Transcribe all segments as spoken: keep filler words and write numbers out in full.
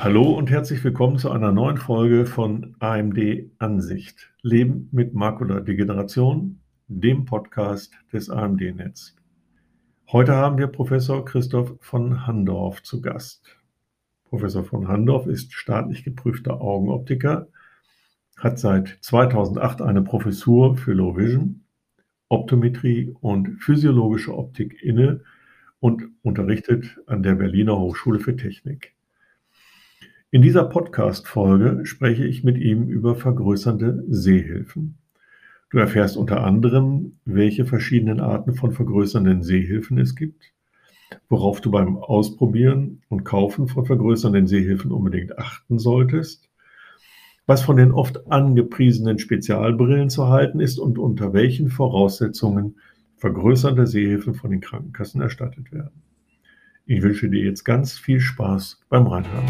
Hallo und herzlich willkommen zu einer neuen Folge von A M D Ansicht. Leben mit Makuladegeneration, dem Podcast des A M D-Netz. Heute haben wir Professor Christoph von Handorf zu Gast. Professor von Handorf ist staatlich geprüfter Augenoptiker, hat seit zweitausendacht eine Professur für Low Vision, Optometrie und physiologische Optik inne und unterrichtet an der Berliner Hochschule für Technik. In dieser Podcast-Folge spreche ich mit ihm über vergrößernde Sehhilfen. Du erfährst unter anderem, welche verschiedenen Arten von vergrößernden Sehhilfen es gibt, worauf du beim Ausprobieren und Kaufen von vergrößernden Sehhilfen unbedingt achten solltest, was von den oft angepriesenen Spezialbrillen zu halten ist und unter welchen Voraussetzungen vergrößernde Sehhilfen von den Krankenkassen erstattet werden. Ich wünsche dir jetzt ganz viel Spaß beim Reinhören.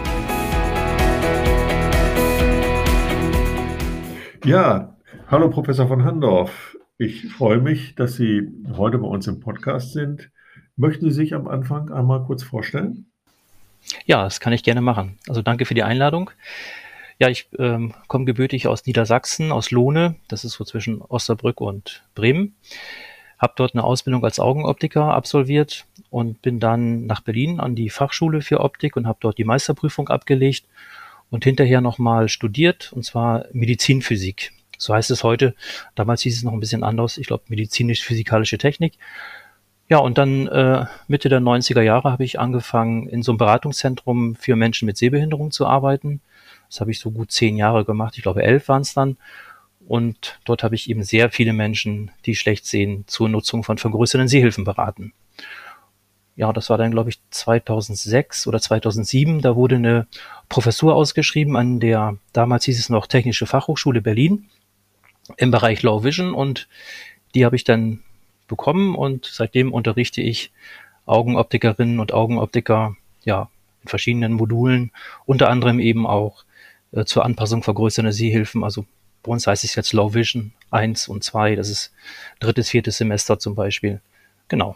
Ja, hallo Professor von Handorf. Ich freue mich, dass Sie heute bei uns im Podcast sind. Möchten Sie sich am Anfang einmal kurz vorstellen? Ja, das kann ich gerne machen. Also danke für die Einladung. Ja, ich ähm, komme gebürtig aus Niedersachsen, aus Lohne. Das ist so zwischen Osnabrück und Bremen. Habe dort eine Ausbildung als Augenoptiker absolviert und bin dann nach Berlin an die Fachschule für Optik und habe dort die Meisterprüfung abgelegt und hinterher nochmal studiert, und zwar Medizinphysik. So heißt es heute. Damals hieß es noch ein bisschen anders. Ich glaube, medizinisch-physikalische Technik. Ja, und dann äh, Mitte der neunziger Jahre habe ich angefangen, in so einem Beratungszentrum für Menschen mit Sehbehinderung zu arbeiten. Das habe ich so gut zehn Jahre gemacht. Ich glaube, elf waren es dann. Und dort habe ich eben sehr viele Menschen, die schlecht sehen, zur Nutzung von vergrößernden Sehhilfen beraten. Ja, das war dann, glaube ich, zweitausendsechs oder zweitausendsieben. Da wurde eine Professur ausgeschrieben an der, damals hieß es noch Technische Fachhochschule Berlin im Bereich Low Vision, und die habe ich dann bekommen und seitdem unterrichte ich Augenoptikerinnen und Augenoptiker ja in verschiedenen Modulen, unter anderem eben auch äh, zur Anpassung vergrößernder Sehhilfen. Also bei uns heißt es jetzt Low Vision eins und zwei, das ist drittes, viertes Semester zum Beispiel. Genau.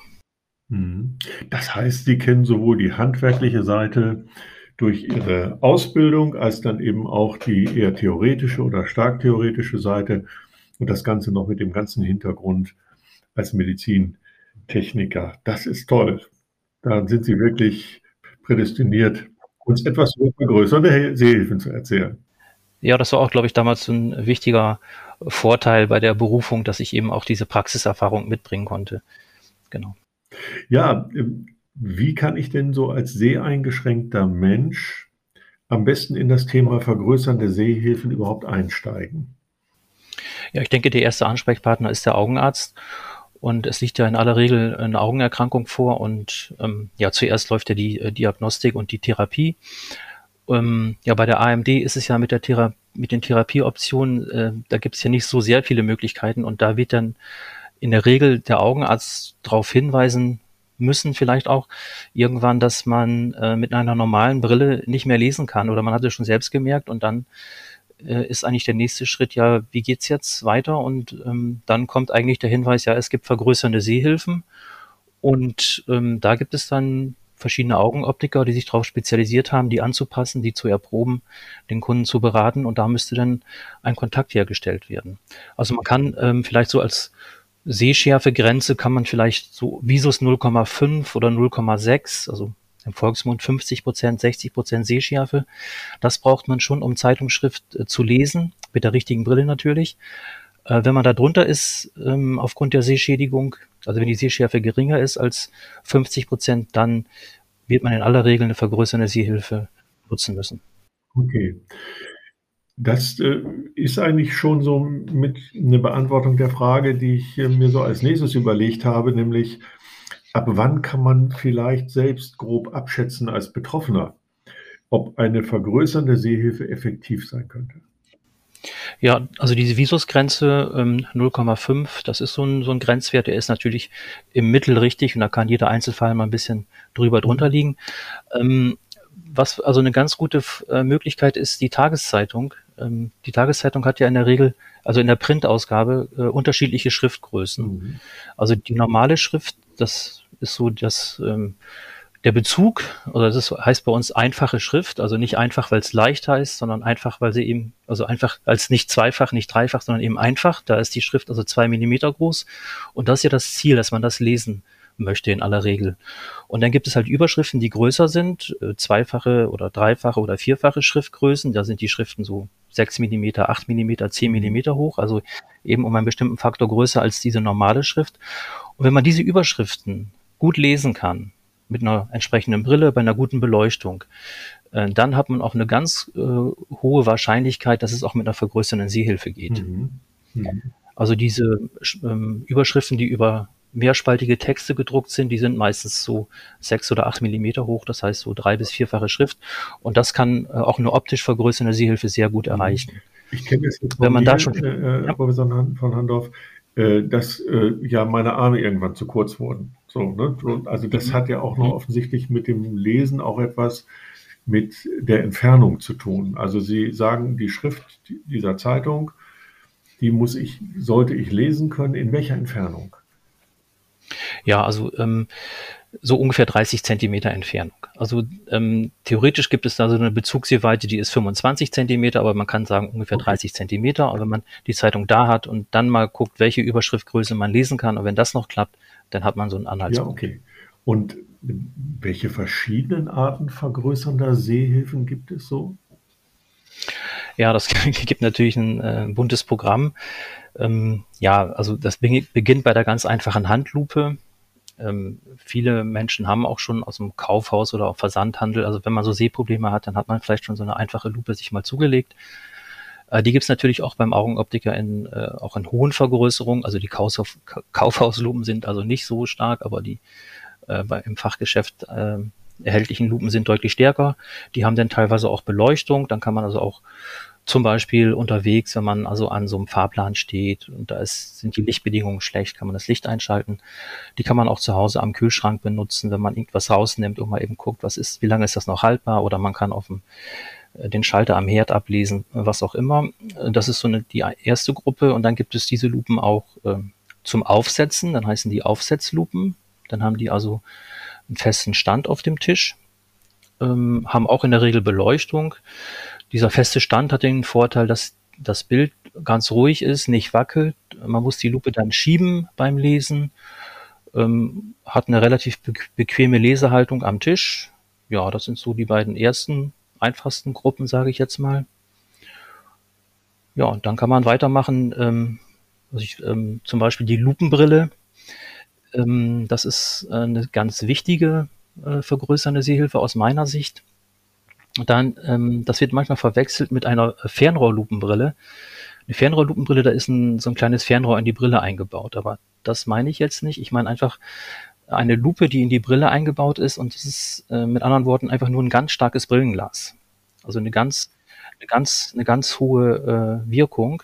Das heißt, Sie kennen sowohl die handwerkliche Seite durch Ihre Ausbildung als dann eben auch die eher theoretische oder stark theoretische Seite und das Ganze noch mit dem ganzen Hintergrund als Medizintechniker. Das ist toll. Da sind Sie wirklich prädestiniert, uns etwas über vergrößernde Sehhilfen zu erzählen. Ja, das war auch, glaube ich, damals ein wichtiger Vorteil bei der Berufung, dass ich eben auch diese Praxiserfahrung mitbringen konnte. Genau. Ja, wie kann ich denn so als seheingeschränkter Mensch am besten in das Thema vergrößernde Sehhilfen überhaupt einsteigen? Ja, ich denke, der erste Ansprechpartner ist der Augenarzt. Und es liegt ja in aller Regel eine Augenerkrankung vor. Und ähm, ja, zuerst läuft ja die äh, Diagnostik und die Therapie. Ähm, ja, bei der A M D ist es ja mit der Thera- mit den Therapieoptionen, äh, da gibt es ja nicht so sehr viele Möglichkeiten. Und da wird dann in der Regel der Augenarzt darauf hinweisen müssen, vielleicht auch irgendwann, dass man äh, mit einer normalen Brille nicht mehr lesen kann. Oder man hat es schon selbst gemerkt, und dann äh, ist eigentlich der nächste Schritt, ja, wie geht's jetzt weiter? Und ähm, dann kommt eigentlich der Hinweis, ja, es gibt vergrößernde Sehhilfen. Und ähm, da gibt es dann verschiedene Augenoptiker, die sich darauf spezialisiert haben, die anzupassen, die zu erproben, den Kunden zu beraten. Und da müsste dann ein Kontakt hergestellt werden. Also man kann ähm, vielleicht so als Sehschärfegrenze kann man vielleicht so Visus null Komma fünf oder null Komma sechs, also im Volksmund fünfzig Prozent, sechzig Prozent Sehschärfe. Das braucht man schon, um Zeitungsschrift äh, zu lesen, mit der richtigen Brille natürlich. Äh, wenn man da drunter ist, ähm, aufgrund der Sehschädigung, also wenn die Sehschärfe geringer ist als fünfzig Prozent, dann wird man in aller Regel eine vergrößernde Sehhilfe nutzen müssen. Okay. Das äh, ist eigentlich schon so mit eine Beantwortung der Frage, die ich äh, mir so als nächstes überlegt habe, nämlich ab wann kann man vielleicht selbst grob abschätzen als Betroffener, ob eine vergrößernde Sehhilfe effektiv sein könnte? Ja, also diese Visusgrenze ähm, null Komma fünf, das ist so ein, so ein Grenzwert, der ist natürlich im Mittel richtig, und da kann jeder Einzelfall mal ein bisschen drüber drunter liegen. Ähm, was also eine ganz gute äh, Möglichkeit ist, die Tageszeitung. Ähm, die Tageszeitung hat ja in der Regel, also in der Printausgabe, äh, unterschiedliche Schriftgrößen. Mhm. Also die normale Schrift, das ist so das, ähm, der Bezug, oder das ist, heißt bei uns einfache Schrift, also nicht einfach, weil es leicht heißt, sondern einfach, weil sie eben, also einfach als nicht zweifach, nicht dreifach, sondern eben einfach. Da ist die Schrift also zwei Millimeter groß. Und das ist ja das Ziel, dass man das lesen möchte in aller Regel. Und dann gibt es halt Überschriften, die größer sind, äh, zweifache oder dreifache oder vierfache Schriftgrößen. Da sind die Schriften so sechs Millimeter, acht Millimeter, zehn Millimeter hoch, also eben um einen bestimmten Faktor größer als diese normale Schrift. Und wenn man diese Überschriften gut lesen kann, mit einer entsprechenden Brille, bei einer guten Beleuchtung, äh, dann hat man auch eine ganz äh, hohe Wahrscheinlichkeit, dass es auch mit einer vergrößernden Sehhilfe geht. Mhm. Mhm. Also diese ähm, Überschriften, die über mehrspaltige Texte gedruckt sind, die sind meistens so sechs oder acht Millimeter hoch, das heißt so drei- bis vierfache Schrift. Und das kann äh, auch eine optisch vergrößernde Sehhilfe sehr gut erreichen. Ich kenne es jetzt von Wenn man mir, da schon, äh, ja. Professor von Handorf, äh, dass äh, ja meine Arme irgendwann zu kurz wurden. So, ne? Und also das Mhm. hat ja auch noch offensichtlich mit dem Lesen auch etwas mit der Entfernung zu tun. Also Sie sagen, die Schrift dieser Zeitung, die muss ich, sollte ich lesen können. In welcher Entfernung? Ja, also ähm, so ungefähr dreißig Zentimeter Entfernung. Also ähm, theoretisch gibt es da so eine Bezugssehweite, die ist fünfundzwanzig Zentimeter, aber man kann sagen ungefähr Okay. dreißig Zentimeter. Aber wenn man die Zeitung da hat und dann mal guckt, welche Überschriftgröße man lesen kann, und wenn das noch klappt, dann hat man so einen Ja, Anhaltspunkt. okay. Und welche verschiedenen Arten vergrößernder Sehhilfen gibt es so? Ja, das gibt natürlich ein äh, buntes Programm. Ähm, ja, also das be- beginnt bei der ganz einfachen Handlupe. Ähm, viele Menschen haben auch schon aus dem Kaufhaus oder auch Versandhandel, also wenn man so Sehprobleme hat, dann hat man vielleicht schon so eine einfache Lupe sich mal zugelegt. Äh, die gibt's natürlich auch beim Augenoptiker in, äh, auch in hohen Vergrößerungen. Also die Kaufhaus, Kaufhauslupen sind also nicht so stark, aber die äh, bei, im Fachgeschäft äh, erhältlichen Lupen sind deutlich stärker. Die haben dann teilweise auch Beleuchtung. Dann kann man also auch zum Beispiel unterwegs, wenn man also an so einem Fahrplan steht und da ist, sind die Lichtbedingungen schlecht, kann man das Licht einschalten. Die kann man auch zu Hause am Kühlschrank benutzen, wenn man irgendwas rausnimmt und mal eben guckt, was ist, wie lange ist das noch haltbar, oder man kann auf dem, äh, den Schalter am Herd ablesen, was auch immer. Das ist so eine, die erste Gruppe, und dann gibt es diese Lupen auch äh, zum Aufsetzen, dann heißen die Aufsetzlupen. Dann haben die also einen festen Stand auf dem Tisch, ähm, haben auch in der Regel Beleuchtung. Dieser feste Stand hat den Vorteil, dass das Bild ganz ruhig ist, nicht wackelt. Man muss die Lupe dann schieben beim Lesen, ähm, hat eine relativ be- bequeme Lesehaltung am Tisch. Ja, das sind so die beiden ersten, einfachsten Gruppen, sage ich jetzt mal. Ja, und dann kann man weitermachen. Ähm, also ich, ähm, zum Beispiel die Lupenbrille. Ähm, das ist äh, eine ganz wichtige äh, vergrößernde Sehhilfe aus meiner Sicht. Und dann, ähm, das wird manchmal verwechselt mit einer Fernrohrlupenbrille. Eine Fernrohrlupenbrille, da ist ein, so ein kleines Fernrohr in die Brille eingebaut. Aber das meine ich jetzt nicht. Ich meine einfach eine Lupe, die in die Brille eingebaut ist, und das ist äh, mit anderen Worten einfach nur ein ganz starkes Brillenglas. Also eine ganz, eine ganz, eine ganz hohe äh, Wirkung.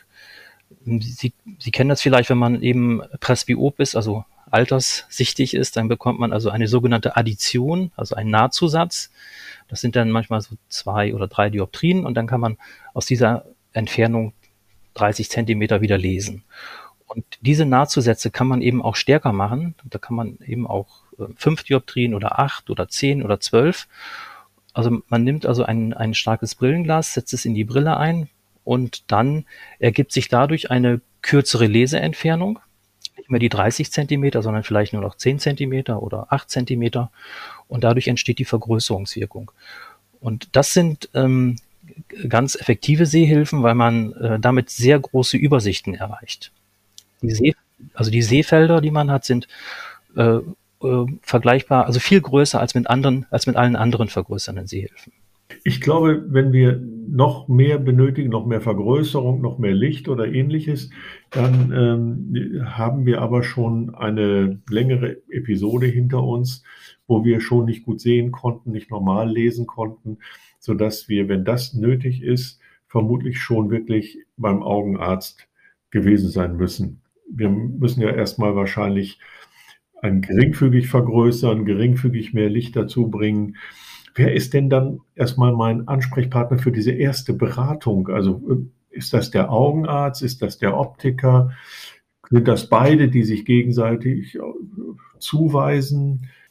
Sie, Sie kennen das vielleicht, wenn man eben presbyop ist, also alterssichtig ist, dann bekommt man also eine sogenannte Addition, also einen Nahzusatz. Das sind dann manchmal so zwei oder drei Dioptrien, und dann kann man aus dieser Entfernung dreißig Zentimeter wieder lesen. Und diese Nahzusätze kann man eben auch stärker machen. Da kann man eben auch äh, fünf Dioptrien oder acht oder zehn oder zwölf. Also man nimmt also ein, ein starkes Brillenglas, setzt es in die Brille ein, und dann ergibt sich dadurch eine kürzere Leseentfernung. Nicht mehr die dreißig Zentimeter, sondern vielleicht nur noch zehn Zentimeter oder acht Zentimeter. Und dadurch entsteht die Vergrößerungswirkung. Und das sind ähm, ganz effektive Sehhilfen, weil man äh, damit sehr große Übersichten erreicht. Die See, also die Sehfelder, die man hat, sind äh, äh, vergleichbar, also viel größer als mit anderen, als mit allen anderen vergrößernden Sehhilfen. Ich glaube, wenn wir noch mehr benötigen, noch mehr Vergrößerung, noch mehr Licht oder ähnliches, dann ähm, haben wir aber schon eine längere Episode hinter uns, wo wir schon nicht gut sehen konnten, nicht normal lesen konnten, sodass wir, wenn das nötig ist, vermutlich schon wirklich beim Augenarzt gewesen sein müssen. Wir müssen ja erstmal wahrscheinlich ein geringfügig vergrößern, geringfügig mehr Licht dazu bringen. Wer ist denn dann erstmal mein Ansprechpartner für diese erste Beratung? Also ist das der Augenarzt, ist das der Optiker? Sind das beide, die sich gegenseitig zuweisen?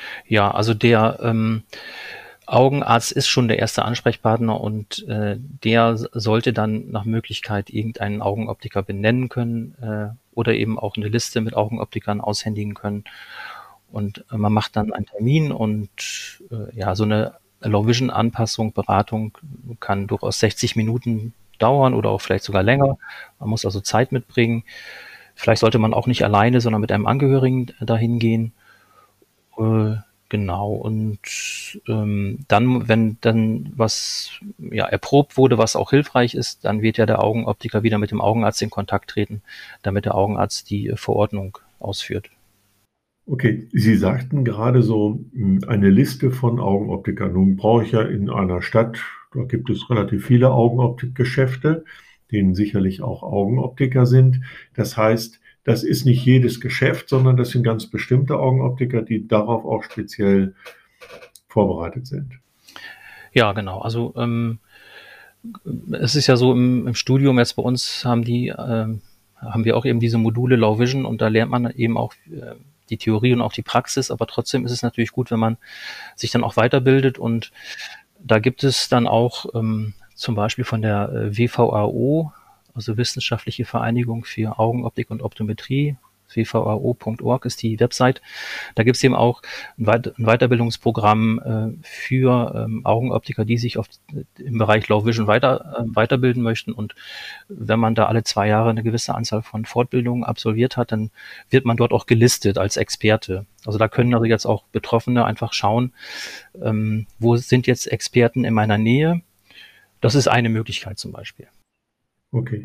Ja, also der ähm, Augenarzt ist schon der erste Ansprechpartner und äh, der sollte dann nach Möglichkeit irgendeinen Augenoptiker benennen können äh, oder eben auch eine Liste mit Augenoptikern aushändigen können. Und äh, man macht dann einen Termin und äh, ja, so eine Low Vision Anpassung, Beratung kann durchaus sechzig Minuten dauern oder auch vielleicht sogar länger. Man muss also Zeit mitbringen. Vielleicht sollte man auch nicht alleine, sondern mit einem Angehörigen dahin gehen. Äh, genau. Und ähm, dann, wenn dann was ja, erprobt wurde, was auch hilfreich ist, dann wird ja der Augenoptiker wieder mit dem Augenarzt in Kontakt treten, damit der Augenarzt die äh, Verordnung ausführt. Okay, Sie sagten gerade so mh, eine Liste von Augenoptikern. Nun brauche ich ja in einer Stadt, da gibt es relativ viele Augenoptikgeschäfte, denen sicherlich auch Augenoptiker sind. Das heißt, das ist nicht jedes Geschäft, sondern das sind ganz bestimmte Augenoptiker, die darauf auch speziell vorbereitet sind. Ja, genau. Also ähm, es ist ja so im, im Studium jetzt bei uns haben die ähm, haben wir auch eben diese Module Low Vision und da lernt man eben auch äh, die Theorie und auch die Praxis, aber trotzdem ist es natürlich gut, wenn man sich dann auch weiterbildet und da gibt es dann auch ähm, zum Beispiel von der äh, W V A O, also Wissenschaftliche Vereinigung für Augenoptik und Optometrie, w v a o punkt org ist die Website. Da gibt es eben auch ein, Weit ein Weiterbildungsprogramm äh, für ähm, Augenoptiker, die sich auf, im Bereich Low Vision weiter, äh, weiterbilden möchten. Und wenn man da alle zwei Jahre eine gewisse Anzahl von Fortbildungen absolviert hat, dann wird man dort auch gelistet als Experte. Also da können also jetzt auch Betroffene einfach schauen, ähm, wo sind jetzt Experten in meiner Nähe. Das ist eine Möglichkeit zum Beispiel. Okay.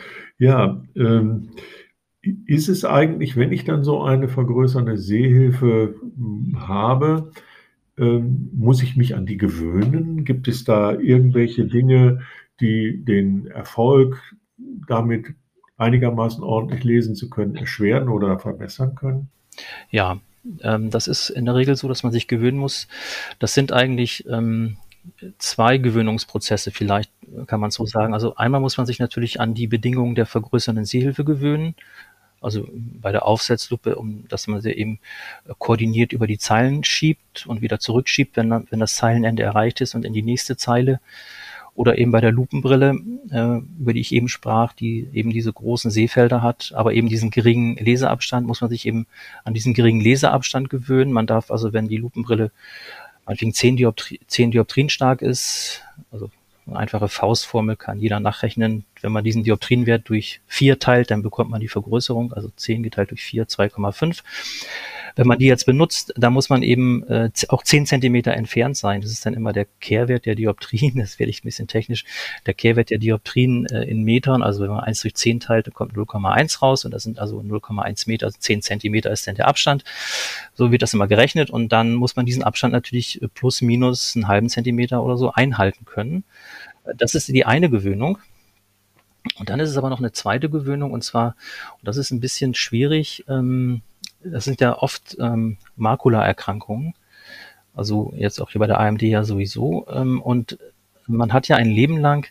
Ja, ähm, ist es eigentlich, wenn ich dann so eine vergrößernde Sehhilfe mh, habe, ähm, muss ich mich an die gewöhnen? Gibt es da irgendwelche Dinge, die den Erfolg damit einigermaßen ordentlich lesen zu können, erschweren oder verbessern können? Ja, ähm, das ist in der Regel so, dass man sich gewöhnen muss. Das sind eigentlich ähm, zwei Gewöhnungsprozesse, vielleicht kann man so sagen. Also einmal muss man sich natürlich an die Bedingungen der vergrößernden Sehhilfe gewöhnen. Also bei der Aufsetzlupe, um dass man sie eben koordiniert über die Zeilen schiebt und wieder zurückschiebt, wenn, wenn das Zeilenende erreicht ist und in die nächste Zeile. Oder eben bei der Lupenbrille, äh, über die ich eben sprach, die eben diese großen Sehfelder hat, aber eben diesen geringen Leseabstand, muss man sich eben an diesen geringen Leseabstand gewöhnen. Man darf also, wenn die Lupenbrille meinetwegen zehn Dioptrien, zehn Dioptrien stark ist, also eine einfache Faustformel kann jeder nachrechnen. Wenn man diesen Dioptrienwert durch vier teilt, dann bekommt man die Vergrößerung, also zehn geteilt durch vier, zwei Komma fünf. Wenn man die jetzt benutzt, da muss man eben äh, auch zehn Zentimeter entfernt sein. Das ist dann immer der Kehrwert der Dioptrien. Das werde ich ein bisschen technisch. Der Kehrwert der Dioptrien äh, in Metern. Also wenn man eins durch zehn teilt, dann kommt null Komma eins raus. Und das sind also null Komma eins Meter, also zehn Zentimeter ist dann der Abstand. So wird das immer gerechnet. Und dann muss man diesen Abstand natürlich plus minus einen halben Zentimeter oder so einhalten können. Das ist die eine Gewöhnung. Und dann ist es aber noch eine zweite Gewöhnung. Und zwar, und das ist ein bisschen schwierig, ähm, das sind ja oft ähm, Makulaerkrankungen, also jetzt auch hier bei der A M D ja sowieso. Ähm, und man hat ja ein Leben lang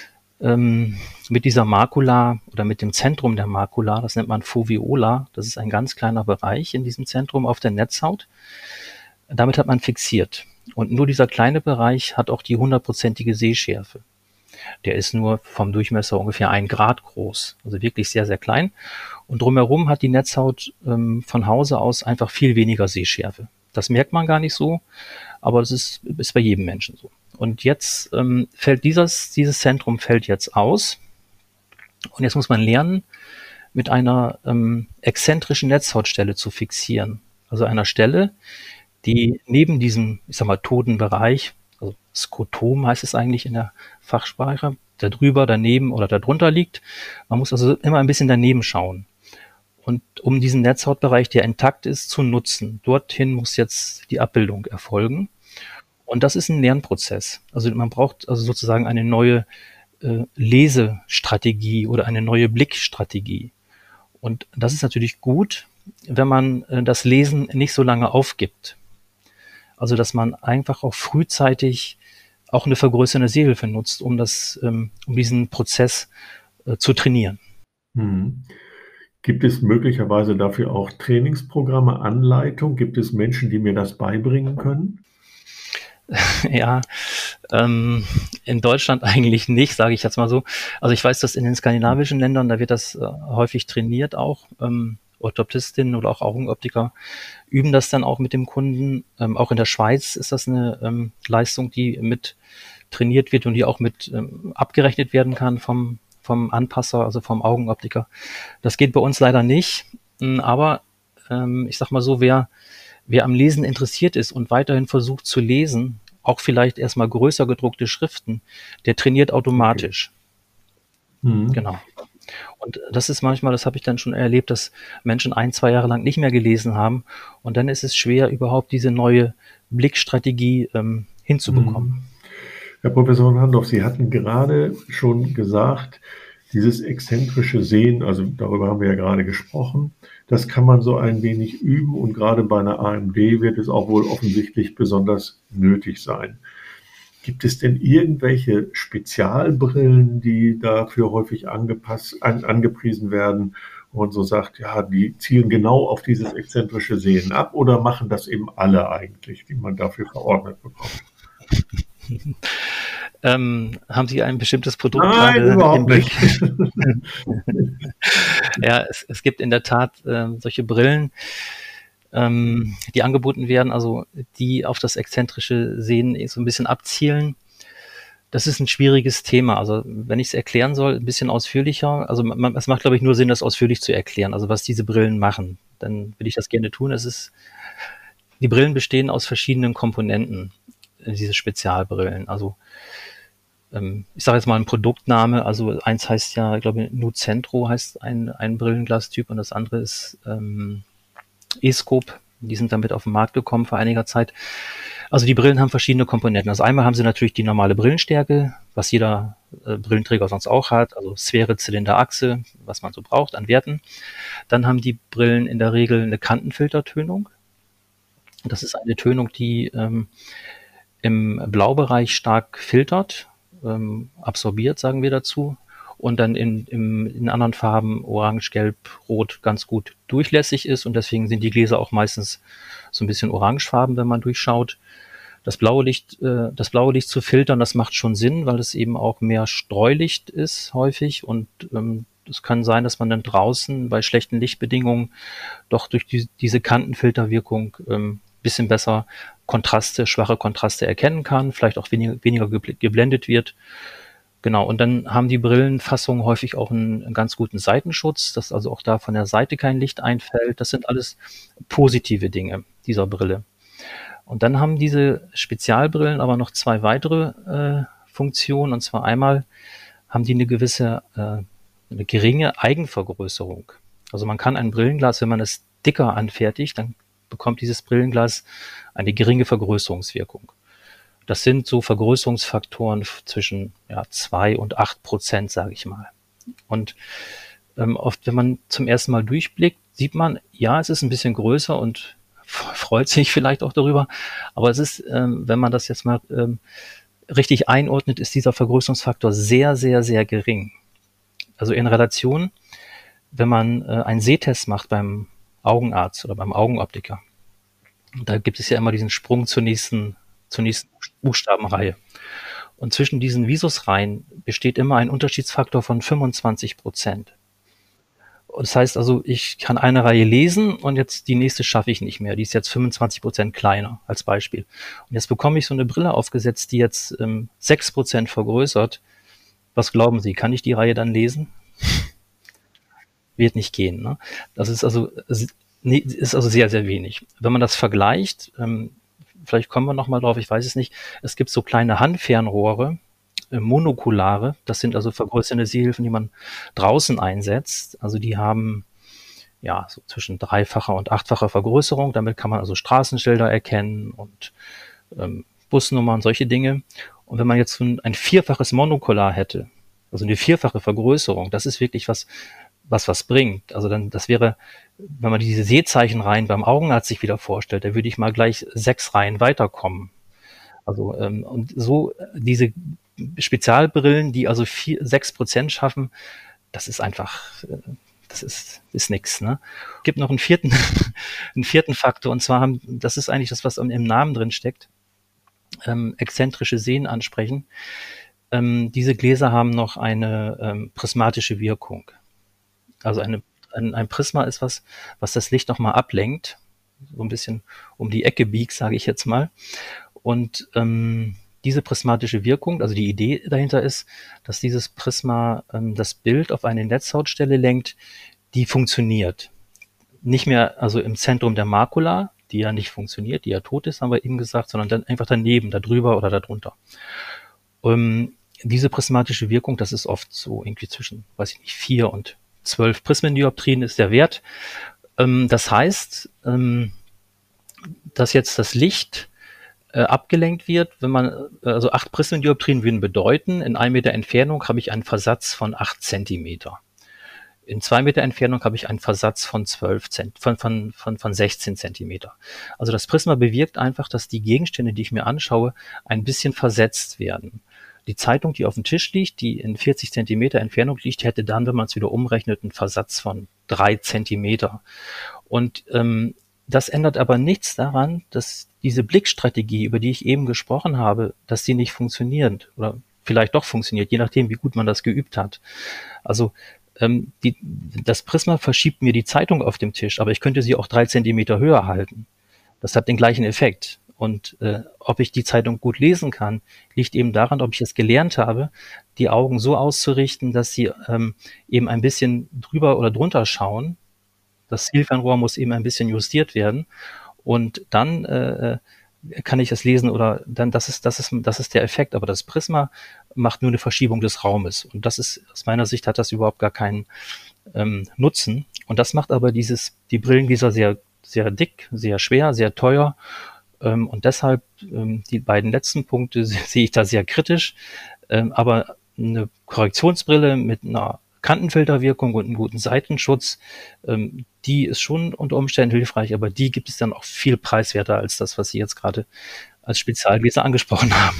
ähm, mit dieser Makula oder mit dem Zentrum der Makula, das nennt man Foveola, das ist ein ganz kleiner Bereich in diesem Zentrum auf der Netzhaut. Damit hat man fixiert. Und nur dieser kleine Bereich hat auch die hundertprozentige Sehschärfe. Der ist nur vom Durchmesser ungefähr ein Grad groß, also wirklich sehr, sehr klein. Und drumherum hat die Netzhaut ähm, von Hause aus einfach viel weniger Sehschärfe. Das merkt man gar nicht so, aber das ist, ist bei jedem Menschen so. Und jetzt ähm, fällt dieses, dieses Zentrum fällt jetzt aus. Und jetzt muss man lernen, mit einer ähm, exzentrischen Netzhautstelle zu fixieren. Also einer Stelle, die neben diesem, ich sag mal, toten Bereich, also Skotom heißt es eigentlich in der Fachsprache, da drüber, daneben oder darunter liegt. Man muss also immer ein bisschen daneben schauen. Und um diesen Netzhautbereich, der intakt ist, zu nutzen, dorthin muss jetzt die Abbildung erfolgen. Und das ist ein Lernprozess. Also man braucht also sozusagen eine neue äh, Lesestrategie oder eine neue Blickstrategie. Und das ist natürlich gut, wenn man äh, das Lesen nicht so lange aufgibt. Also dass man einfach auch frühzeitig auch eine vergrößernde Sehhilfe nutzt, um das, ähm, um diesen Prozess äh, zu trainieren. Hm. Gibt es möglicherweise dafür auch Trainingsprogramme, Anleitung? Gibt es Menschen, die mir das beibringen können? Ja, ähm, in Deutschland eigentlich nicht, sage ich jetzt mal so. Also ich weiß, dass in den skandinavischen Ländern, da wird das äh, häufig trainiert auch. Ähm, Orthoptistinnen oder auch Augenoptiker üben das dann auch mit dem Kunden. Ähm, auch in der Schweiz ist das eine ähm, Leistung, die mit trainiert wird und die auch mit ähm, abgerechnet werden kann vom, vom Anpasser, also vom Augenoptiker. Das geht bei uns leider nicht. Mm, Aber ähm, ich sag mal so, wer Wer am Lesen interessiert ist und weiterhin versucht zu lesen, auch vielleicht erstmal größer gedruckte Schriften, der trainiert Okay. automatisch. Mhm. Genau. Und das ist manchmal, das habe ich dann schon erlebt, dass Menschen ein, zwei Jahre lang nicht mehr gelesen haben und dann ist es schwer, überhaupt diese neue Blickstrategie ähm, hinzubekommen. Mhm. Herr Professor von Handorf, Sie hatten gerade schon gesagt, dieses exzentrische Sehen, also darüber haben wir ja gerade gesprochen, das kann man so ein wenig üben und gerade bei einer A M D wird es auch wohl offensichtlich besonders nötig sein. Gibt es denn irgendwelche Spezialbrillen, die dafür häufig angepasst, an, angepriesen werden und so sagt, ja, die zielen genau auf dieses exzentrische Sehen ab oder machen das eben alle eigentlich, die man dafür verordnet bekommt? Ähm, haben Sie ein bestimmtes Produkt Nein, gerade im überhaupt Blick? nicht. Ja, es, es gibt in der Tat ähm, solche Brillen, ähm, die angeboten werden, also die auf das exzentrische Sehen so ein bisschen abzielen. Das ist ein schwieriges Thema. Also wenn ich es erklären soll, ein bisschen ausführlicher. Also man, es macht, glaube ich, nur Sinn, das ausführlich zu erklären. Also was diese Brillen machen, dann will ich das gerne tun. Es ist, die Brillen bestehen aus verschiedenen Komponenten, äh, diese Spezialbrillen. Also ähm, ich sage jetzt mal ein Produktname. Also eins heißt ja, ich glaube, Nucentro heißt ein, ein Brillenglastyp und das andere ist ähm, E-Scope. Die sind damit auf den Markt gekommen vor einiger Zeit. Also die Brillen haben verschiedene Komponenten. Also einmal haben sie natürlich die normale Brillenstärke, was jeder äh, Brillenträger sonst auch hat, also Sphäre, Zylinder, Achse, was man so braucht an Werten. Dann haben die Brillen in der Regel eine Kantenfiltertönung. Das ist eine Tönung, die ähm, im Blaubereich stark filtert, ähm, absorbiert, sagen wir dazu, und dann in, im, in anderen Farben, Orange, Gelb, Rot, ganz gut durchlässig ist und deswegen sind die Gläser auch meistens so ein bisschen orangefarben, wenn man durchschaut. Das blaue Licht, äh, das blaue Licht zu filtern, das macht schon Sinn, weil es eben auch mehr Streulicht ist häufig und ähm, es kann sein, dass man dann draußen bei schlechten Lichtbedingungen doch durch die, diese Kantenfilterwirkung ähm, bisschen besser Kontraste, schwache Kontraste erkennen kann, vielleicht auch weniger, weniger geblendet wird. Genau, und dann haben die Brillenfassungen häufig auch einen, einen ganz guten Seitenschutz, dass also auch da von der Seite kein Licht einfällt. Das sind alles positive Dinge dieser Brille. Und dann haben diese Spezialbrillen aber noch zwei weitere äh, Funktionen. Und zwar einmal haben die eine gewisse, äh, eine geringe Eigenvergrößerung. Also man kann ein Brillenglas, wenn man es dicker anfertigt, dann bekommt dieses Brillenglas eine geringe Vergrößerungswirkung. Das sind so Vergrößerungsfaktoren zwischen ja, zwei und acht Prozent, sage ich mal. Und ähm, oft, wenn man zum ersten Mal durchblickt, sieht man, ja, es ist ein bisschen größer und freut sich vielleicht auch darüber. Aber es ist, ähm, wenn man das jetzt mal ähm, richtig einordnet, ist dieser Vergrößerungsfaktor sehr, sehr, sehr gering. Also in Relation, wenn man äh, einen Sehtest macht beim Augenarzt oder beim Augenoptiker, da gibt es ja immer diesen Sprung zur nächsten, zur nächsten Buchstabenreihe. Und zwischen diesen Visusreihen besteht immer ein Unterschiedsfaktor von fünfundzwanzig Prozent. Das heißt also, ich kann eine Reihe lesen und jetzt die nächste schaffe ich nicht mehr. Die ist jetzt fünfundzwanzig Prozent kleiner als Beispiel. Und jetzt bekomme ich so eine Brille aufgesetzt, die jetzt ähm, sechs Prozent vergrößert. Was glauben Sie, kann ich die Reihe dann lesen? Wird nicht gehen. Ne? Das ist also, ist also sehr, sehr wenig. Wenn man das vergleicht, ähm, vielleicht kommen wir nochmal drauf, ich weiß es nicht, es gibt so kleine Handfernrohre, Monokulare, das sind also vergrößernde Sehhilfen, die man draußen einsetzt. Also die haben ja so zwischen dreifacher und achtfacher Vergrößerung. Damit kann man also Straßenschilder erkennen und ähm, Busnummern, solche Dinge. Und wenn man jetzt ein, ein vierfaches Monokular hätte, also eine vierfache Vergrößerung, das ist wirklich was, was was bringt. Also dann, das wäre, wenn man diese Sehzeichenreihen beim Augenarzt sich wieder vorstellt, da würde ich mal gleich sechs Reihen weiterkommen. Also ähm, und so diese Spezialbrillen, die also vier, sechs Prozent schaffen, das ist einfach äh, das ist, ist nix, ne? Gibt noch einen vierten, einen vierten Faktor, und zwar haben, das ist eigentlich das, was im Namen drin steckt, ähm, exzentrische Sehen ansprechen. Ähm, diese Gläser haben noch eine ähm, prismatische Wirkung. Also eine, ein, ein Prisma ist was, was das Licht nochmal ablenkt, so ein bisschen um die Ecke biegt, sage ich jetzt mal. Und ähm, diese prismatische Wirkung, also die Idee dahinter ist, dass dieses Prisma ähm, das Bild auf eine Netzhautstelle lenkt, die funktioniert. Nicht mehr also im Zentrum der Makula, die ja nicht funktioniert, die ja tot ist, haben wir eben gesagt, sondern dann einfach daneben, da drüber oder da drunter. Ähm, diese prismatische Wirkung, das ist oft so irgendwie zwischen, weiß ich nicht, vier und zwölf Prismendioptrien ist der Wert. Ähm, das heißt, ähm, dass jetzt das Licht äh, abgelenkt wird, wenn man, also acht Prismendioptrien würden bedeuten, in einem Meter Entfernung habe ich einen Versatz von acht Zentimeter. In zwei Meter Entfernung habe ich einen Versatz von zwölf Zent, von, von, von, von sechzehn Zentimeter. Also das Prisma bewirkt einfach, dass die Gegenstände, die ich mir anschaue, ein bisschen versetzt werden. Die Zeitung, die auf dem Tisch liegt, die in vierzig Zentimeter Entfernung liegt, hätte dann, wenn man es wieder umrechnet, einen Versatz von drei Zentimeter. Und ähm, das ändert aber nichts daran, dass diese Blickstrategie, über die ich eben gesprochen habe, dass die nicht funktioniert oder vielleicht doch funktioniert, je nachdem, wie gut man das geübt hat. Also ähm, die, das Prisma verschiebt mir die Zeitung auf dem Tisch, aber ich könnte sie auch drei Zentimeter höher halten. Das hat den gleichen Effekt. Und äh, ob ich die Zeitung gut lesen kann, liegt eben daran, ob ich es gelernt habe, die Augen so auszurichten, dass sie ähm, eben ein bisschen drüber oder drunter schauen. Das Zielfernrohr muss eben ein bisschen justiert werden. Und dann äh, kann ich es lesen oder dann, das ist, das ist, das ist der Effekt. Aber das Prisma macht nur eine Verschiebung des Raumes. Und das ist, aus meiner Sicht hat das überhaupt gar keinen ähm, Nutzen. Und das macht aber dieses, die Brillengläser sehr, sehr dick, sehr schwer, sehr teuer. Ähm, und deshalb ähm, die beiden letzten Punkte sehe ich da sehr kritisch. Ähm, aber eine Korrektionsbrille mit einer Kantenfilterwirkung und einem guten Seitenschutz, ähm, die ist schon unter Umständen hilfreich, aber die gibt es dann auch viel preiswerter als das, was Sie jetzt gerade als Spezialgläser angesprochen haben.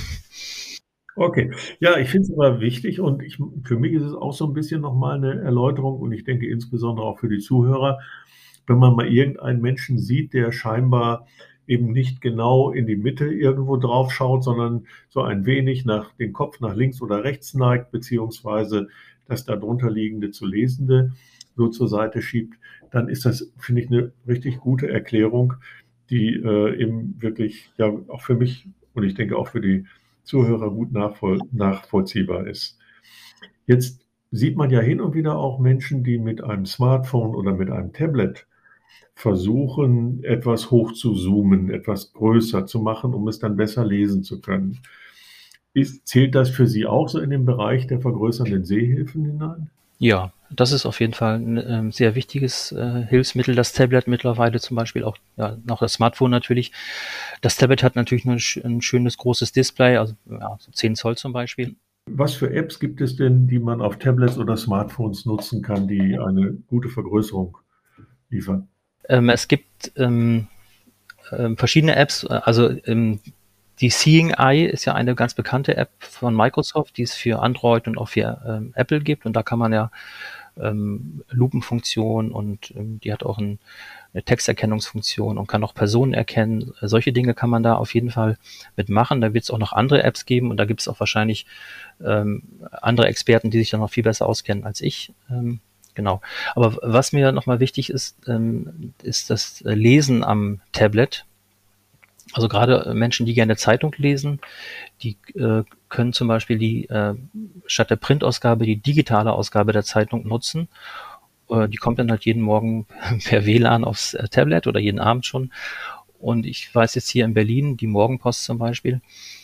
Okay. Ja, ich finde es aber wichtig und ich, für mich ist es auch so ein bisschen nochmal eine Erläuterung und ich denke insbesondere auch für die Zuhörer, wenn man mal irgendeinen Menschen sieht, der scheinbar eben nicht genau in die Mitte irgendwo drauf schaut, sondern so ein wenig nach den Kopf nach links oder rechts neigt, beziehungsweise das darunter liegende zu Lesende so zur Seite schiebt, dann ist das, finde ich, eine richtig gute Erklärung, die äh, eben wirklich ja auch für mich und ich denke auch für die Zuhörer gut nachvoll nachvollziehbar ist. Jetzt sieht man ja hin und wieder auch Menschen, die mit einem Smartphone oder mit einem Tablet versuchen, etwas hoch zu zoomen, etwas größer zu machen, um es dann besser lesen zu können. Ist, zählt das für Sie auch so in den Bereich der vergrößernden Sehhilfen hinein? Ja, das ist auf jeden Fall ein ähm, sehr wichtiges äh, Hilfsmittel, das Tablet mittlerweile zum Beispiel, auch ja, noch das Smartphone natürlich. Das Tablet hat natürlich nur ein, sch ein schönes großes Display, also ja, so zehn Zoll zum Beispiel. Was für Apps gibt es denn, die man auf Tablets oder Smartphones nutzen kann, die eine gute Vergrößerung liefern? Ähm, es gibt ähm, ähm, verschiedene Apps, äh, also ähm, die Seeing Eye ist ja eine ganz bekannte App von Microsoft, die es für Android und auch für ähm, Apple gibt. Und da kann man ja ähm, Lupenfunktion und ähm, die hat auch ein, eine Texterkennungsfunktion und kann auch Personen erkennen. Solche Dinge kann man da auf jeden Fall mitmachen. Da wird es auch noch andere Apps geben und da gibt es auch wahrscheinlich ähm, andere Experten, die sich da noch viel besser auskennen als ich. Ähm, genau. Aber was mir nochmal wichtig ist, ähm, ist das Lesen am Tablet. Also gerade Menschen, die gerne Zeitung lesen, die äh, können zum Beispiel die äh, statt der Printausgabe die digitale Ausgabe der Zeitung nutzen. Äh, die kommt dann halt jeden Morgen per W L A N aufs äh, Tablet oder jeden Abend schon. Und ich weiß jetzt hier in Berlin, die Morgenpost zum Beispiel,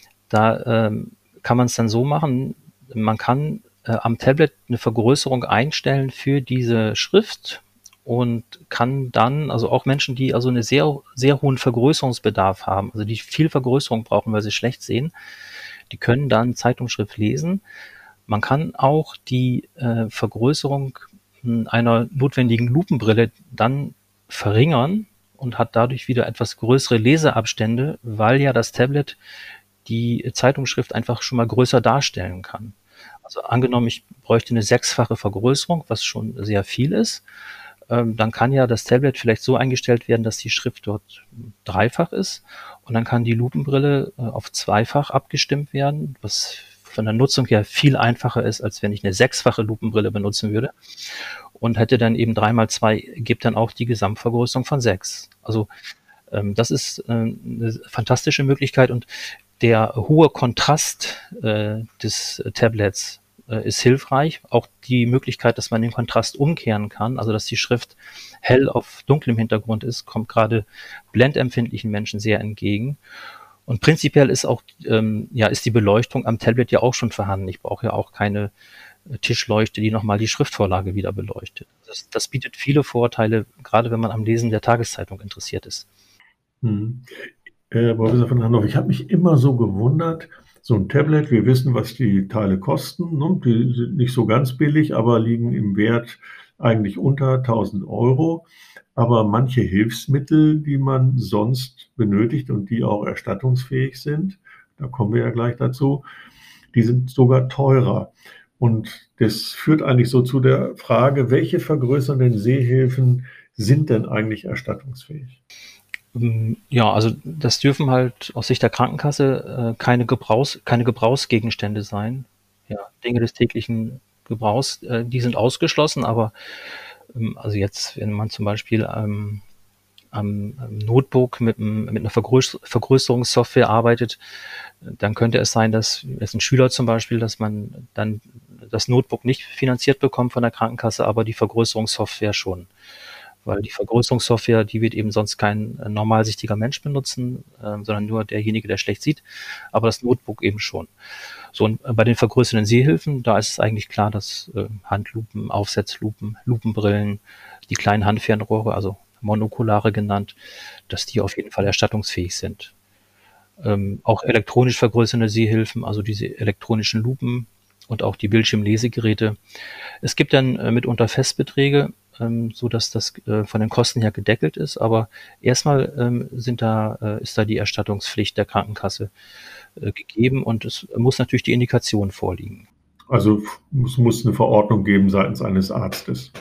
da ähm, kann man es dann so machen, man kann äh, am Tablet eine Vergrößerung einstellen für diese Schrift und kann dann, also auch Menschen, die also eine sehr, sehr hohen Vergrößerungsbedarf haben, also die viel Vergrößerung brauchen, weil sie schlecht sehen, die können dann Zeitungsschrift lesen. Man kann auch die äh, Vergrößerung einer notwendigen Lupenbrille dann verringern und hat dadurch wieder etwas größere Leseabstände, weil ja das Tablet die Zeitungsschrift einfach schon mal größer darstellen kann. Also angenommen, ich bräuchte eine sechsfache Vergrößerung, was schon sehr viel ist, ähm, dann kann ja das Tablet vielleicht so eingestellt werden, dass die Schrift dort dreifach ist und dann kann die Lupenbrille äh, auf zweifach abgestimmt werden, was von der Nutzung her viel einfacher ist, als wenn ich eine sechsfache Lupenbrille benutzen würde und hätte dann eben drei mal zwei, gibt dann auch die Gesamtvergrößerung von sechs. Also ähm, das ist äh, eine fantastische Möglichkeit und der hohe Kontrast äh, des Tablets äh, ist hilfreich. Auch die Möglichkeit, dass man den Kontrast umkehren kann, also dass die Schrift hell auf dunklem Hintergrund ist, kommt gerade blendempfindlichen Menschen sehr entgegen. Und prinzipiell ist auch ähm, ja ist die Beleuchtung am Tablet ja auch schon vorhanden. Ich brauche ja auch keine äh, Tischleuchte, die nochmal die Schriftvorlage wieder beleuchtet. Das, das bietet viele Vorteile, gerade wenn man am Lesen der Tageszeitung interessiert ist. Mhm. Herr Professor von Hannover, ich habe mich immer so gewundert, so ein Tablet, wir wissen, was die Teile kosten, ne? Die sind nicht so ganz billig, aber liegen im Wert eigentlich unter tausend Euro. Aber manche Hilfsmittel, die man sonst benötigt und die auch erstattungsfähig sind, da kommen wir ja gleich dazu, die sind sogar teurer. Und das führt eigentlich so zu der Frage, welche vergrößernden Sehhilfen sind denn eigentlich erstattungsfähig? Ja, also das dürfen halt aus Sicht der Krankenkasse äh, keine Gebrauchs, keine Gebrauchsgegenstände sein. Ja, Dinge des täglichen Gebrauchs, äh, die sind ausgeschlossen, aber ähm, also jetzt, wenn man zum Beispiel ähm, am, am Notebook mit, einem- mit einer Vergröß Vergrößerungssoftware arbeitet, dann könnte es sein, dass jetzt ein Schüler zum Beispiel, dass man dann das Notebook nicht finanziert bekommt von der Krankenkasse, aber die Vergrößerungssoftware schon. Weil die Vergrößerungssoftware, die wird eben sonst kein äh, normalsichtiger Mensch benutzen, ähm, sondern nur derjenige, der schlecht sieht, aber das Notebook eben schon. So, und äh, bei den vergrößernden Sehhilfen, da ist es eigentlich klar, dass äh, Handlupen, Aufsetzlupen, Lupenbrillen, die kleinen Handfernrohre, also Monokulare genannt, dass die auf jeden Fall erstattungsfähig sind. Ähm, auch elektronisch vergrößernde Sehhilfen, also diese elektronischen Lupen und auch die Bildschirmlesegeräte. Es gibt dann äh, mitunter Festbeträge, ähm, so dass das äh, von den Kosten her gedeckelt ist. Aber erstmal ähm, sind da, äh, ist da die Erstattungspflicht der Krankenkasse äh, gegeben und es muss natürlich die Indikation vorliegen. Also es muss eine Verordnung geben seitens eines Arztes.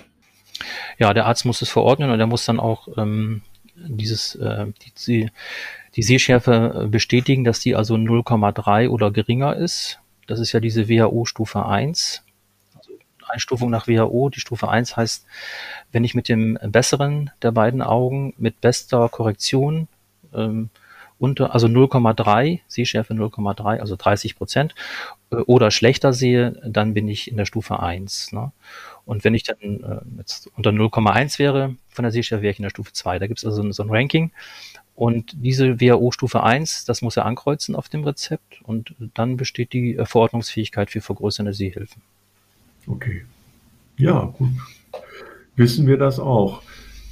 Ja, der Arzt muss es verordnen und er muss dann auch ähm, dieses, äh, die, die Sehschärfe bestätigen, dass die also null Komma drei oder geringer ist. Das ist ja diese W H O-Stufe eins. Also Einstufung nach W H O. Die Stufe eins heißt, wenn ich mit dem besseren der beiden Augen mit bester Korrektion ähm, unter, also null Komma drei, Sehschärfe null Komma drei, also dreißig Prozent, äh, oder schlechter sehe, dann bin ich in der Stufe eins. Ne? Und wenn ich dann äh, jetzt unter null Komma eins wäre von der Sehschärfe, wäre ich in der Stufe zwei. Da gibt es also so ein Ranking. Und diese W H O-Stufe eins, das muss er ankreuzen auf dem Rezept und dann besteht die äh, Verordnungsfähigkeit für vergrößernde Sehhilfen. Okay. Ja, gut. Wissen wir das auch.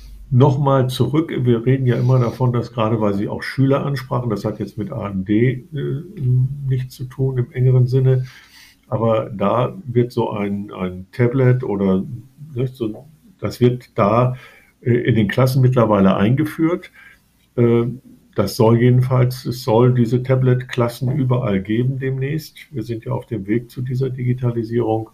Nochmal zurück, wir reden ja immer davon, dass gerade weil Sie auch Schüler ansprachen, das hat jetzt mit A M D äh, nichts zu tun im engeren Sinne, aber da wird so ein, ein Tablet oder ne, so, das wird da äh, in den Klassen mittlerweile eingeführt. Äh, das soll jedenfalls, es soll diese Tablet-Klassen überall geben demnächst. Wir sind ja auf dem Weg zu dieser Digitalisierung.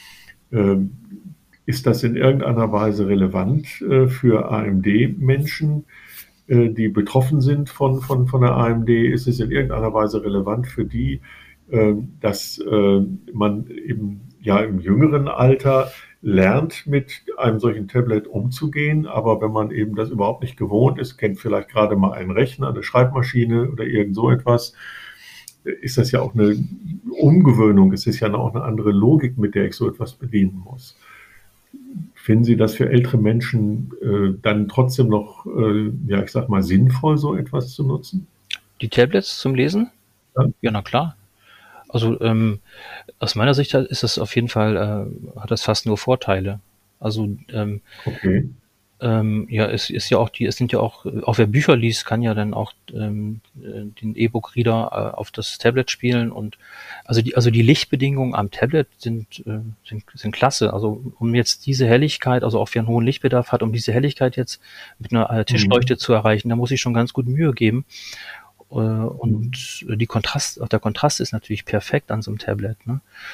Ähm, Ist das in irgendeiner Weise relevant äh, für A M D-Menschen, äh, die betroffen sind von, von, von der A M D? Ist es in irgendeiner Weise relevant für die, äh, dass äh, man eben ja im jüngeren Alter lernt, mit einem solchen Tablet umzugehen, aber wenn man eben das überhaupt nicht gewohnt ist, kennt vielleicht gerade mal einen Rechner, eine Schreibmaschine oder irgend so etwas, ist das ja auch eine Umgewöhnung. Es ist ja auch eine andere Logik, mit der ich so etwas bedienen muss. Finden Sie das für ältere Menschen äh, dann trotzdem noch, äh, ja, ich sag mal, sinnvoll, so etwas zu nutzen? Die Tablets zum Lesen? Ja. Ja, na klar. Also ähm, aus meiner Sicht ist es auf jeden Fall, äh, hat das fast nur Vorteile. Also ähm, Okay. ähm, ja, es ist ja auch die, es sind ja auch, auch wer Bücher liest, kann ja dann auch ähm, äh, den E-Book-Reader äh, auf das Tablet spielen und also die, also die Lichtbedingungen am Tablet sind, äh, sind, sind klasse. Also um jetzt diese Helligkeit, also auch wer einen hohen Lichtbedarf hat, um diese Helligkeit jetzt mit einer äh, Tischleuchte Mhm. zu erreichen, da muss ich schon ganz gut Mühe geben. Äh, Mhm. und die Kontrast, auch der Kontrast ist natürlich perfekt an so einem Tablet, ne?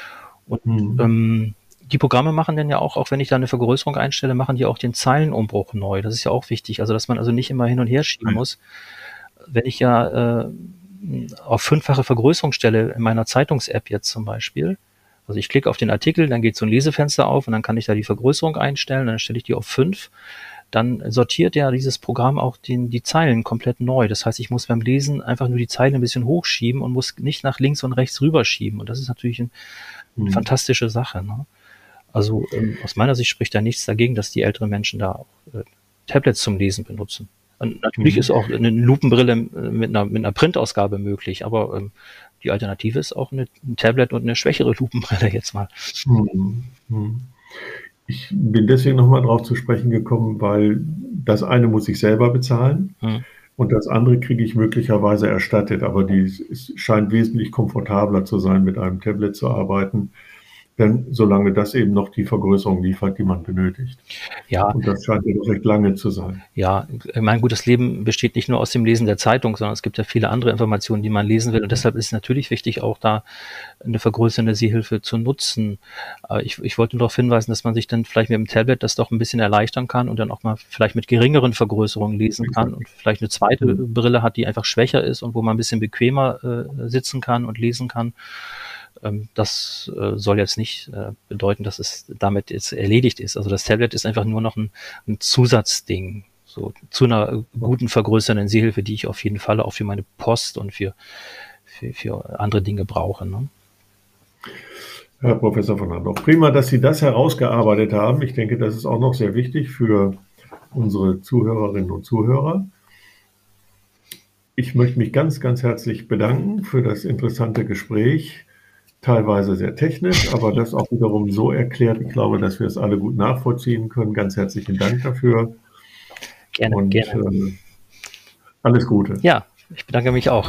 Und Mhm. ähm, die Programme machen dann ja auch, auch wenn ich da eine Vergrößerung einstelle, machen die auch den Zeilenumbruch neu. Das ist ja auch wichtig. Also, dass man also nicht immer hin und her schieben Ja. muss. Wenn ich ja äh, auf fünffache Vergrößerung stelle in meiner Zeitungs-App jetzt zum Beispiel, also ich klicke auf den Artikel, dann geht so ein Lesefenster auf und dann kann ich da die Vergrößerung einstellen, dann stelle ich die auf fünf, dann sortiert ja dieses Programm auch den, die Zeilen komplett neu. Das heißt, ich muss beim Lesen einfach nur die Zeile ein bisschen hochschieben und muss nicht nach links und rechts rüberschieben. Und das ist natürlich eine Mhm. fantastische Sache, ne? Also ähm, aus meiner Sicht spricht da nichts dagegen, dass die älteren Menschen da auch äh, Tablets zum Lesen benutzen. Und natürlich Mhm. ist auch eine Lupenbrille äh, mit einer, mit einer Printausgabe möglich, aber ähm, die Alternative ist auch eine, ein Tablet und eine schwächere Lupenbrille jetzt mal. Mhm. Mhm. Ich bin deswegen nochmal drauf zu sprechen gekommen, weil das eine muss ich selber bezahlen Hm. und das andere kriege ich möglicherweise erstattet. Aber die, es scheint wesentlich komfortabler zu sein, mit einem Tablet zu arbeiten, denn solange das eben noch die Vergrößerung liefert, die man benötigt. Ja, Und das scheint ja noch recht lange zu sein. ja, ich meine, gut, das Leben besteht nicht nur aus dem Lesen der Zeitung, sondern es gibt ja viele andere Informationen, die man lesen will. Und deshalb ist es natürlich wichtig, auch da eine vergrößernde Sehhilfe zu nutzen. Äh, Ich, ich wollte nur darauf hinweisen, dass man sich dann vielleicht mit dem Tablet das doch ein bisschen erleichtern kann und dann auch mal vielleicht mit geringeren Vergrößerungen lesen kann Exakt. und vielleicht eine zweite Mhm. Brille hat, die einfach schwächer ist und wo man ein bisschen bequemer äh, sitzen kann und lesen kann. Ähm, das äh, soll jetzt nicht äh, bedeuten, dass es damit jetzt erledigt ist. Also das Tablet ist einfach nur noch ein, ein Zusatzding. So zu einer guten vergrößernden Sehhilfe, die ich auf jeden Fall auch für meine Post und für, für, für andere Dinge brauche. Ne? Herr Professor von Handorf, prima, dass Sie das herausgearbeitet haben. Ich denke, das ist auch noch sehr wichtig für unsere Zuhörerinnen und Zuhörer. Ich möchte mich ganz, ganz herzlich bedanken für das interessante Gespräch. Teilweise sehr technisch, aber das auch wiederum so erklärt. Ich glaube, dass wir es alle gut nachvollziehen können. Ganz herzlichen Dank dafür Gerne, und gerne. äh, alles Gute. Ja, ich bedanke mich auch.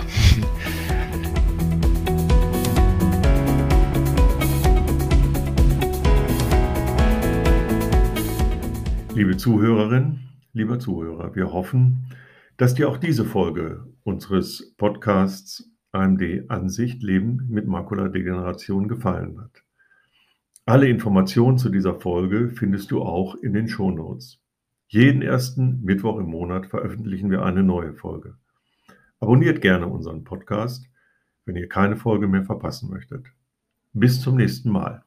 Liebe Zuhörerin, lieber Zuhörer, wir hoffen, dass dir auch diese Folge unseres Podcasts A M D Ansicht Leben mit Makuladegeneration gefallen hat. Alle Informationen zu dieser Folge findest du auch in den Shownotes. Jeden ersten Mittwoch im Monat veröffentlichen wir eine neue Folge. Abonniert gerne unseren Podcast, wenn ihr keine Folge mehr verpassen möchtet. Bis zum nächsten Mal.